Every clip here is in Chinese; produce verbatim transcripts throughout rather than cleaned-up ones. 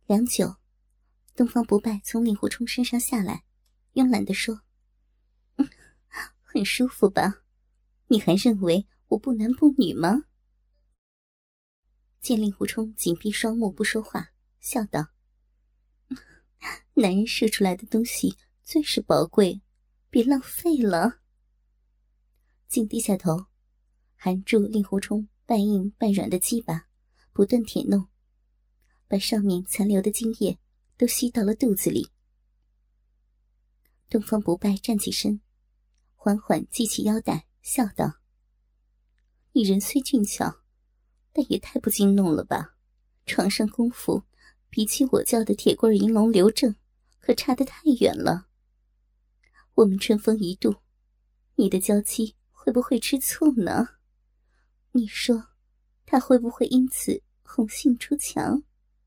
良久，东方不败从令狐冲身上下来，慵懒地说：“嗯，很舒服吧？你还认为我不男不女吗？”见令狐冲紧闭双目不说话，笑道：“男人射出来的东西最是宝贵，别浪费了。”竟低下头，含住令狐冲半硬半软的鸡巴，不断舔弄，把上面残留的精液都吸到了肚子里。东方不败站起身，缓缓系起腰带，笑道：“你人虽俊俏，但也太不经弄了吧？床上功夫比起我教的铁棍银龙刘正可差得太远了。我们春风一度，你的娇妻会不会吃醋呢？你说他会不会因此红杏出墙？”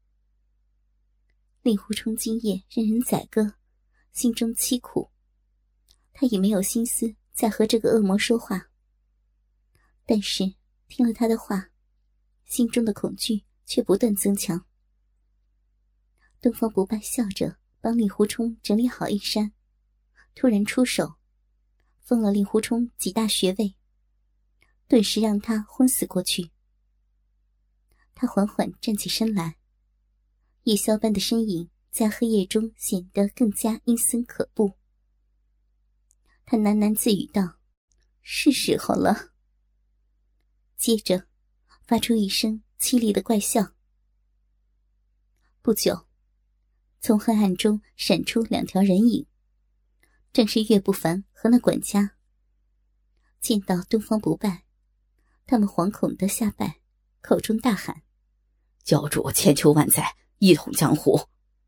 令狐冲今夜任人宰割，心中凄苦，他也没有心思再和这个恶魔说话。但是听了他的话，心中的恐惧却不断增强。东方不败笑着帮令狐冲整理好衣衫，突然出手封了令狐冲几大穴位，顿时让他昏死过去。他缓缓站起身来，夜宵般的身影在黑夜中显得更加阴森可怖。他喃喃自语道：“是时候了。”接着发出一声凄厉的怪笑。不久，从黑暗中闪出两条人影，正是岳不凡和那管家。见到东方不败，他们惶恐地下拜，口中大喊：“ 教主千秋万载，一统江湖。”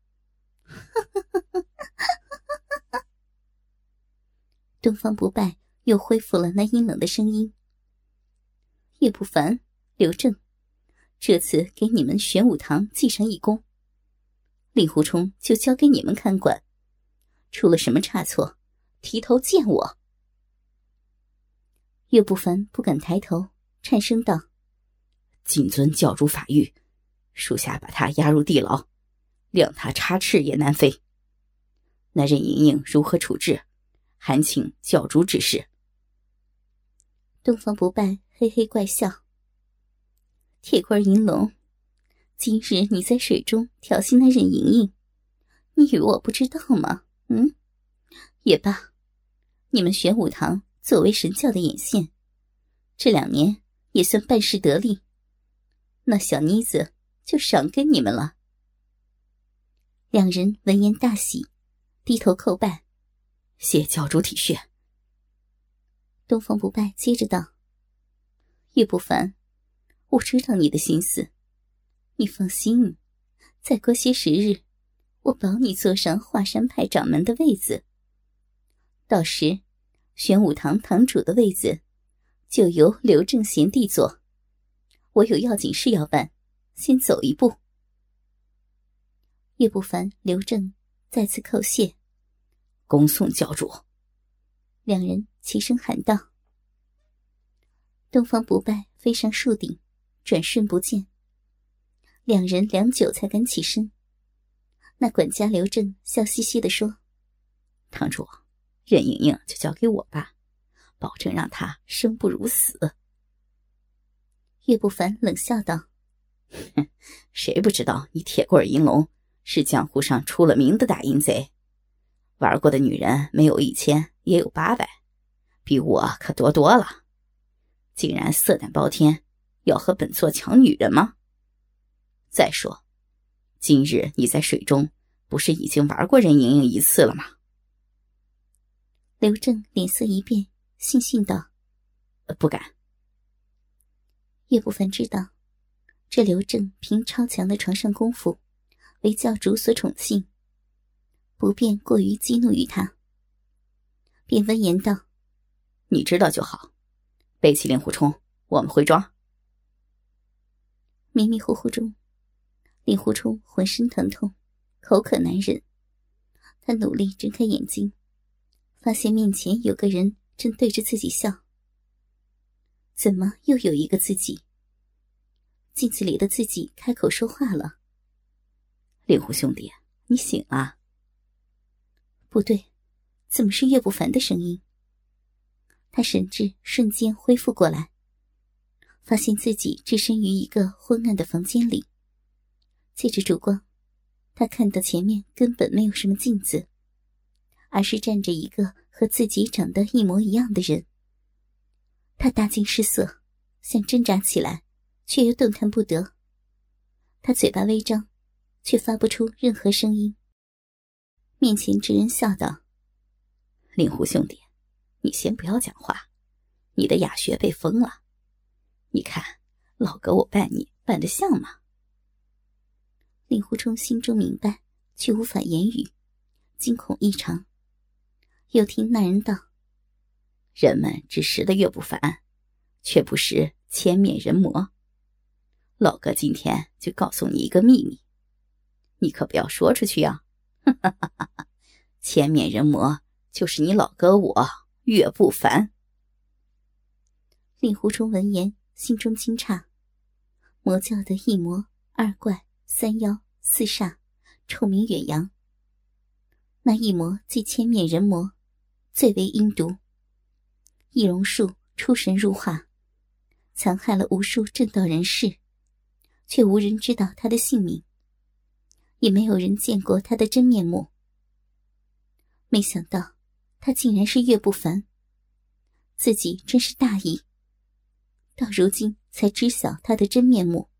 东方不败又恢复了那阴冷的声音：“岳不凡、刘正，这次给你们玄武堂记上一功，令狐冲就交给你们看管，出了什么差错，提头见我。”岳不凡不敢抬头，颤声道：“ 谨遵教主法谕，属下把他押入地牢，谅他插翅也难飞。那任盈盈如何处置，还请教主指示。” 东方不败嘿嘿怪笑：“铁棍银龙，今日你在水中挑衅那任盈盈，你以为我不知道吗？嗯，也罢，你们玄武堂作为神教的眼线，这两年也算办事得力，那小妮子就赏给你们了。”两人闻言大喜，低头叩拜：“ 谢教主体恤。” 东方不败接着道：“岳不凡，我知道你的心思，你放心，再过些时日，我保你坐上华山派掌门的位子。到时玄武堂堂主的位子就由刘正贤弟坐，我有要紧事要办，先走一步。”岳不凡、刘正再次叩谢：“ 恭送教主。” 两人齐声喊道。东方不败飞上树顶，转瞬不见。两人良久才敢起身。那管家刘正笑嘻嘻地说：“ 堂主，任盈盈就交给我吧，保证让她生不如死。” 岳不凡冷笑道：“ 哼，谁不知道你铁棍银龙是江湖上出了名的大淫贼，玩过的女人没有一千也有八百，比我可多多了。竟然色胆包天，要和本座抢女人吗？再说，今日你在水中不是已经玩过任盈盈一次了吗？” 刘正脸色一变，悻悻道：“ 呃、不敢。” 岳不凡知道，这刘正凭超强的床上功夫，为教主所宠幸，不便过于激怒于他，便温言道：“ 你知道就好，背起令狐冲，我们回庄。” 迷迷糊糊中，令狐冲浑身疼痛，口渴难忍。他努力睁开眼睛，发现面前有个人正对着自己笑。怎么又有一个自己？镜子里的自己开口说话了：“ 令狐兄弟，你醒了。 不对，怎么是岳不凡的声音？他神智瞬间恢复过来，发现自己置身于一个昏暗的房间里。借着烛光，他看到前面根本没有什么镜子，而是站着一个和自己长得一模一样的人。他大惊失色，想挣扎起来，却又动弹不得。他嘴巴微张，却发不出任何声音。面前之人笑道： 令狐兄弟，你先不要讲话，你的哑穴被封了。你看老哥我扮你扮得像吗？ 令狐冲心中明白，却无法言语，惊恐异常。又听那人道： 人们只识得岳不凡，却不识千面人魔。老哥今天就告诉你一个秘密，你可不要说出去啊！千面人魔就是你老哥我岳不凡。 令狐冲闻言心中惊诧，魔教的一魔、二怪、三妖、四煞，臭名远扬。那一魔即千面人魔，最为阴毒，易容术出神入化，残害了无数正道人士，却无人知道他的姓名，也没有人见过他的真面目。没想到他竟然是岳不凡，自己真是大意，到如今才知晓他的真面目。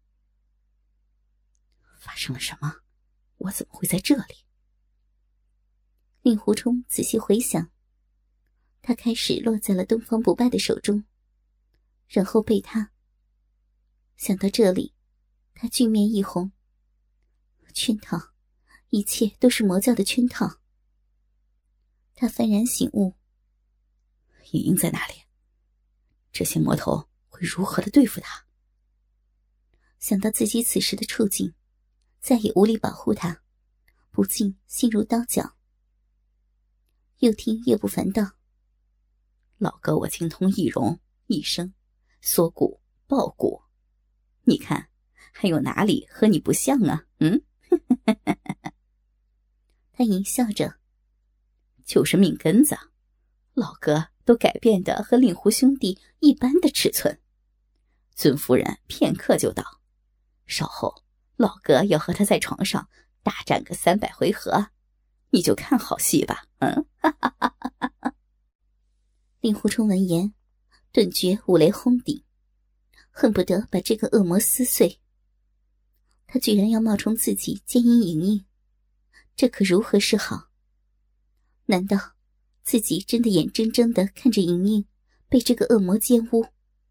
发生了什么？我怎么会在这里？ 令狐冲仔细回想，他开始落在了东方不败的手中，然后被他。想到这里，他俊面一红。圈套，一切都是魔教的圈套。他幡然醒悟， 莹莹在哪里？这些魔头会如何的对付他？ 想到自己此时的处境，再也无力保护他，不禁心如刀绞。又听岳不凡道： 老哥我精通易容、易声、缩骨、爆骨，你看还有哪里和你不像啊？嗯？ 他淫笑着： 就是命根子，老哥都改变的和令狐兄弟一般的尺寸。尊夫人片刻就到，稍后老哥要和他在床上大战个三百回合，你就看好戏吧。嗯， 令狐冲闻言，顿觉五雷轰顶，恨不得把这个恶魔撕碎。他居然要冒充自己奸淫莹莹，这可如何是好？难道自己真的眼睁睁地看着莹莹被这个恶魔奸污？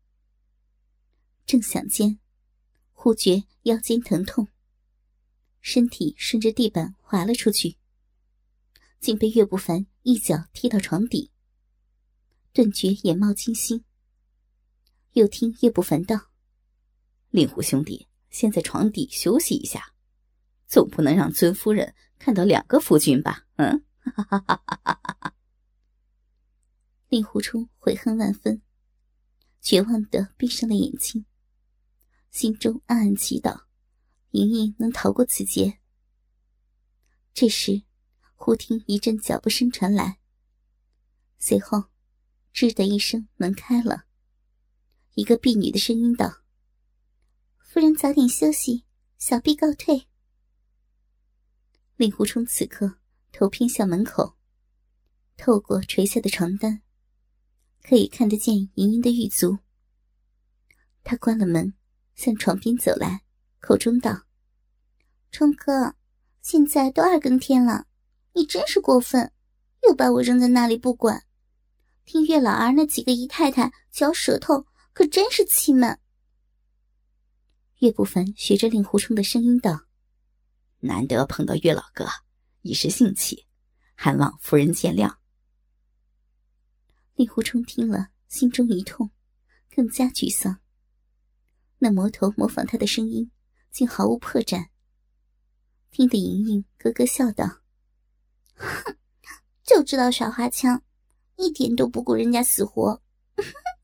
正想间，忽觉腰间疼痛，身体顺着地板滑了出去，竟被岳不凡一脚踢到床底，顿觉眼冒金星。又听岳不凡道： 令狐兄弟先在床底休息一下，总不能让尊夫人看到两个夫君吧？嗯，哈哈哈哈哈。 令狐冲悔恨万分，绝望地闭上了眼睛，心中暗暗祈祷莹莹能逃过此劫。这时忽听一阵脚步声传来，随后吱的一声，门开了，一个婢女的声音道：夫人早点休息，小婢告退。令狐冲此刻头偏向门口，透过垂下的床单可以看得见莹莹的玉足。他关了门，向床边走来，口中道：冲哥，现在都二更天了，你真是过分，又把我扔在那里不管。听岳老儿那几个姨太太嚼舌头，可真是气闷。岳不凡学着令狐冲的声音道： 难得碰到岳老哥，一时兴起，还望夫人见谅。 令狐冲听了，心中一痛，更加沮丧。那魔头模仿他的声音，竟毫无破绽。听得莹莹咯咯笑道：哼，就知道耍花枪，一点都不顾人家死活。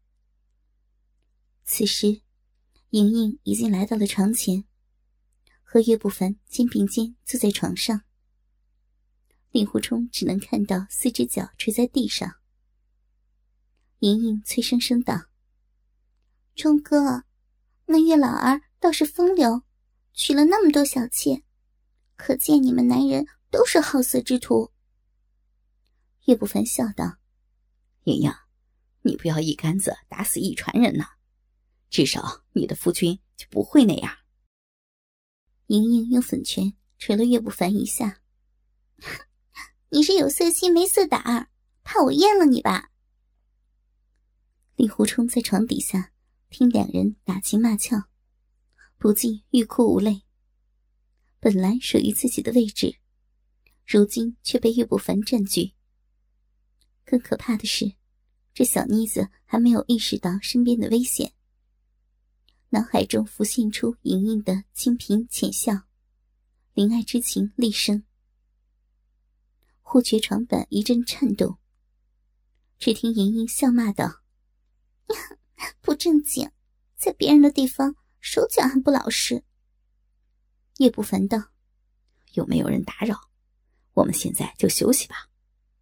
此时莹莹已经来到了床前， 和岳不凡肩并肩坐在床上，令狐冲只能看到四只脚垂在地上。莹莹催生生道：冲哥，那岳老儿倒是风流，娶了那么多小妾，可见你们男人都是好色之徒。岳不凡笑道： 莹莹，你不要一竿子打死一船人呐，至少你的夫君就不会那样。 莹莹用粉拳捶了岳不凡一下：你是有色心没色胆儿，怕我阉了你吧？令狐冲在床底下听两人打情骂俏，不禁欲哭无泪。本来属于自己的位置，如今却被岳不凡占据。更可怕的是，这小妮子还没有意识到身边的危险，脑海中浮现出莹莹的清颦浅笑，怜爱之情厉生。忽觉床板一阵颤动，只听莹莹笑骂道：不正经，在别人的地方手脚还不老实。岳不凡道： 有没有人打扰？我们现在就休息吧。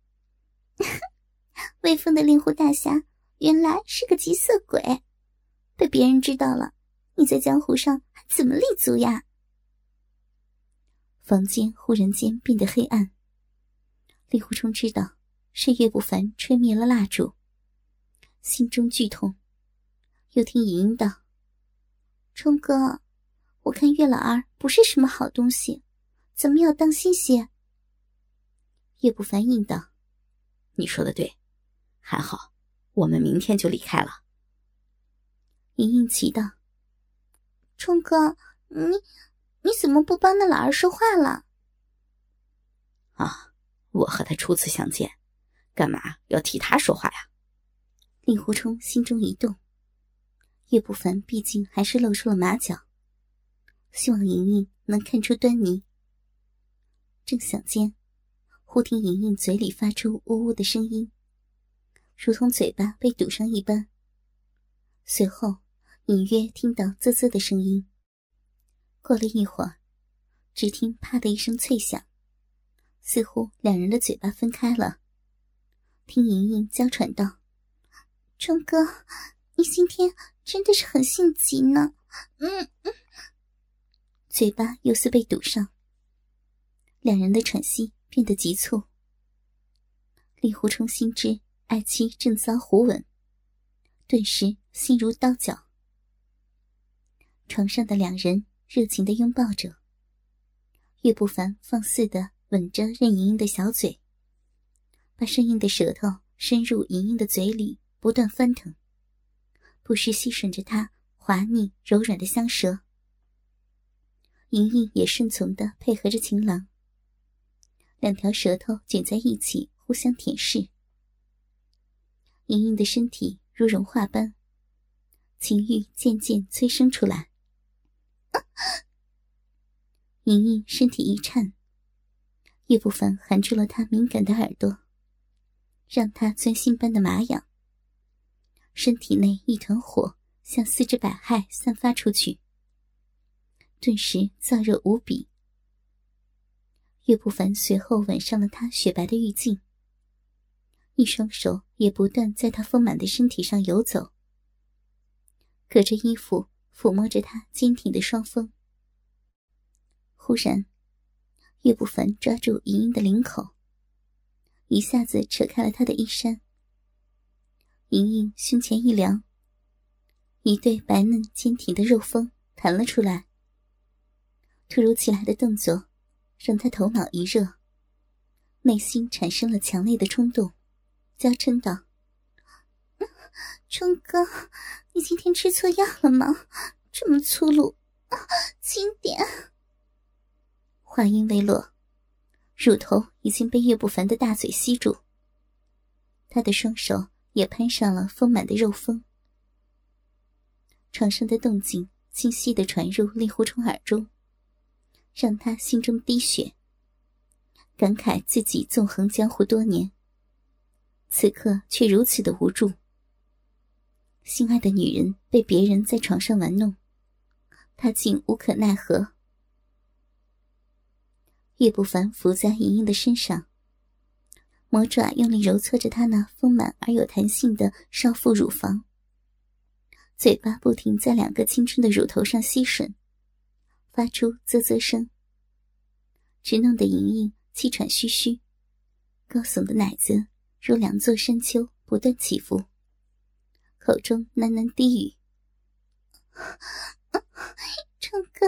威风的令狐大侠原来是个急色鬼，被别人知道了，你在江湖上还怎么立足呀？房间忽然间变得黑暗，令狐冲知道是岳不凡吹灭了蜡烛，心中剧痛。又听莹莹道：冲哥，我看岳老儿不是什么好东西，咱们要当心些。岳不凡应道： 你说的对，还好我们明天就离开了。 莹莹奇道：冲哥，你你怎么不帮那老儿说话了？ 啊，我和他初次相见，干嘛要替他说话呀？ 令狐冲心中一动，岳不凡毕竟还是露出了马脚，希望莹莹能看出端倪。正想间，忽听莹莹嘴里发出呜呜的声音，如同嘴巴被堵上一般，随后隐约听到啧啧的声音。过了一会儿，只听啪的一声脆响，似乎两人的嘴巴分开了。听莹莹娇喘道：冲哥，你今天真的是很性急呢。嗯嗯，嘴巴又似被堵上，两人的喘息变得急促。令狐冲心知爱妻正遭胡吻，顿时心如刀绞。床上的两人热情地拥抱着，岳不凡放肆地吻着任盈盈的小嘴，把生硬的舌头伸入盈盈的嘴里不断翻腾，不时吸吮着她滑腻柔软的香舌。盈盈也顺从地配合着情郎，两条舌头卷在一起互相舔舐。盈盈的身体如融化般，情欲渐渐催生出来。莹莹身体一颤，岳不凡含住了她敏感的耳朵，让她钻心般的麻痒。身体内一团火向四肢百骸散发出去，顿时燥热无比。岳不凡随后吻上了她雪白的玉颈，一双手也不断在她丰满的身体上游走，隔着衣服抚摸着她坚挺的双峰。忽然，岳不凡抓住莹莹的领口，一下子扯开了她的衣衫。莹莹胸前一凉，一对白嫩坚挺的肉峰弹了出来。突如其来的动作让她头脑一热，内心产生了强烈的冲动，娇嗔道：冲哥，你今天吃错药了吗？这么粗鲁，轻点。话音未落，乳头已经被岳不凡的大嘴吸住，他的双手也攀上了丰满的肉峰。床上的动静清晰地传入令狐冲耳中，让他心中滴血，感慨自己纵横江湖多年，此刻却如此的无助。心爱的女人被别人在床上玩弄，他竟无可奈何。 岳不凡伏在莹莹的身上，魔爪用力揉搓着她那丰满而有弹性的少妇乳房，嘴巴不停在两个青春的乳头上吸吮，发出啧啧声，直弄得莹莹气喘吁吁，高耸的奶子如两座山丘不断起伏，口中喃喃低语：成哥。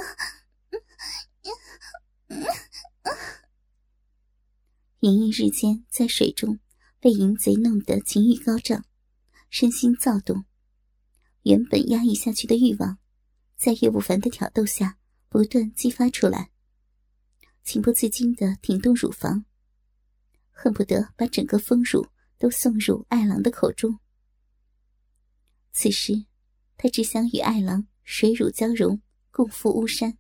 莹莹日间在水中被淫贼弄得情欲高涨，身心躁动，原本压抑下去的欲望在岳不凡的挑逗下不断激发出来，情不自禁地挺动乳房，恨不得把整个丰乳都送入爱郎的口中。此时他只想与爱郎水乳交融，共赴巫山。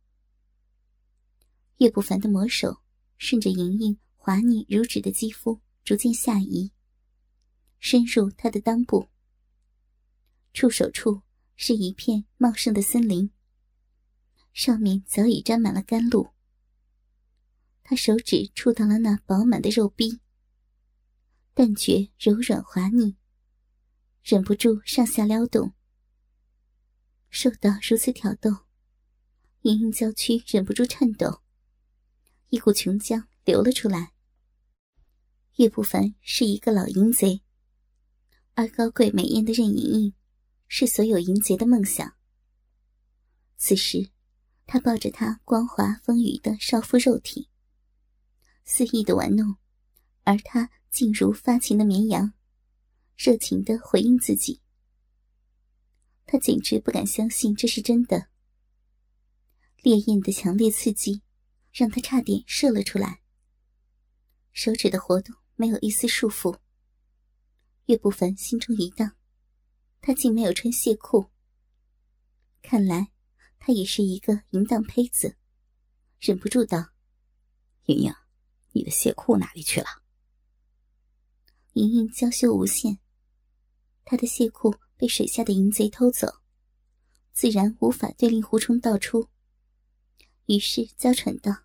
岳不凡的魔手顺着莹莹滑腻如纸的肌肤逐渐下移，深入她的裆部，触手处是一片茂盛的森林，上面早已沾满了甘露。他手指触到了那饱满的肉壁，但觉柔软滑腻，忍不住上下撩动。受到如此挑逗，莹莹娇躯忍不住颤抖，一股琼浆流了出来。岳不凡是一个老淫贼，而高贵美艳的任盈盈是所有淫贼的梦想。此时他抱着她光滑丰腴的少妇肉体，肆意的玩弄，而他静如发情的绵羊，热情地回应自己。他简直不敢相信这是真的，烈焰的强烈刺激让他差点射了出来。手指的活动没有一丝束缚，岳不凡心中一荡，他竟没有穿亵裤，看来他也是一个淫荡胚子，忍不住道： 莹莹，你的亵裤哪里去了？ 莹莹娇羞无限，她的亵裤被水下的淫贼偷走，自然无法对令狐冲道出，于是娇喘道：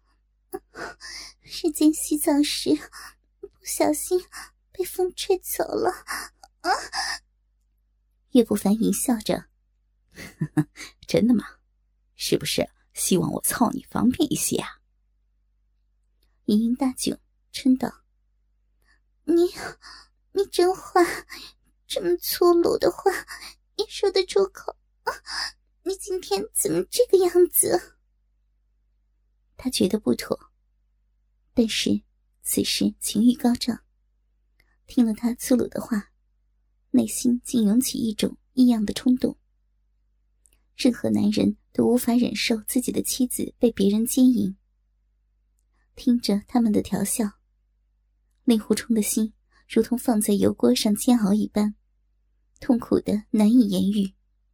日间洗澡时不小心被风吹走了。啊、岳不凡淫笑着： 真的吗？是不是希望我操你方便一些啊？ 莹莹大窘，嗔道：你你这话，这么粗鲁的话也说得出口、啊、你今天怎么这个样子？他觉得不妥，但是此时情欲高涨，听了他粗鲁的话，内心竟涌起一种异样的冲动。任何男人都无法忍受自己的妻子被别人奸淫。听着他们的调笑，令狐冲的心如同放在油锅上煎熬一般，痛苦得难以言喻。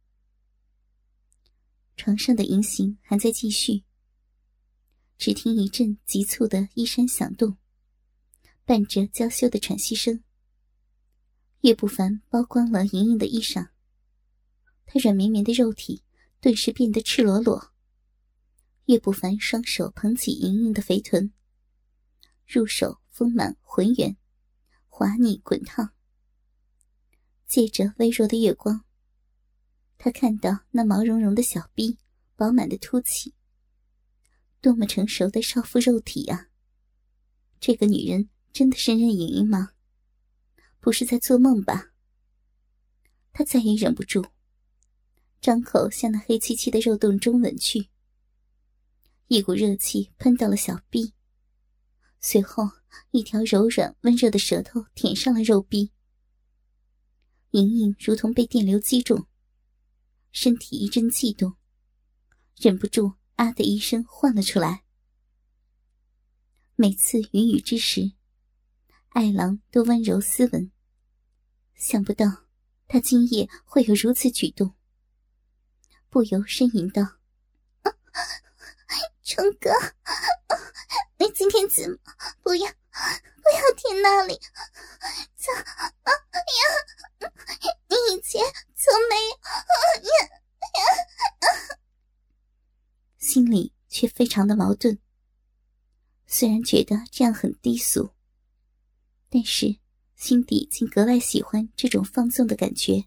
床上的淫行还在继续，只听一阵急促的衣衫响动，伴着娇羞的喘息声。岳不凡剥光了莹莹的衣裳，她软绵绵的肉体顿时变得赤裸裸。岳不凡双手捧起莹莹的肥臀，入手丰满浑圆，滑腻滚烫。借着微弱的月光，他看到那毛茸茸的小臂饱满的凸起，多么成熟的少妇肉体啊！这个女人真的是任盈盈吗？不是在做梦吧？他再也忍不住，张口向那黑漆漆的肉洞中吻去。一股热气喷到了小臂，随后一条柔软温热的舌头舔上了肉壁。莹莹如同被电流击中，身体一阵悸动，忍不住啊的一声唤了出来。每次云雨之时，爱郎都温柔斯文，想不到他今夜会有如此举动，不由呻吟道：啊，冲哥，啊，你今天怎么不要不要舔那里？怎啊呀？你以前从没有呀呀？心里却非常的矛盾。 虽然觉得这样很低俗，但是心底竟格外喜欢这种放纵的感觉。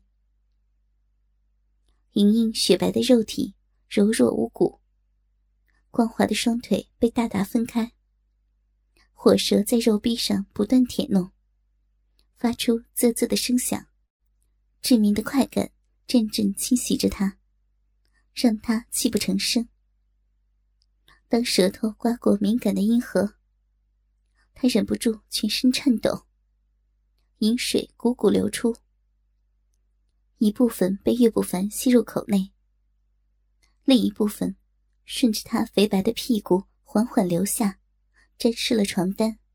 莹莹雪白的肉体柔弱无骨，光滑的双腿被大大分开，火舌在肉壁上不断舔弄，发出啧啧的声响，致命的快感阵阵侵袭着她，让她泣不成声。当舌头刮过敏感的阴核，她忍不住全身颤抖，饮水汩汩流出，一部分被岳不凡吸入口内，另一部分顺着他肥白的屁股缓缓流下，沾湿了床单。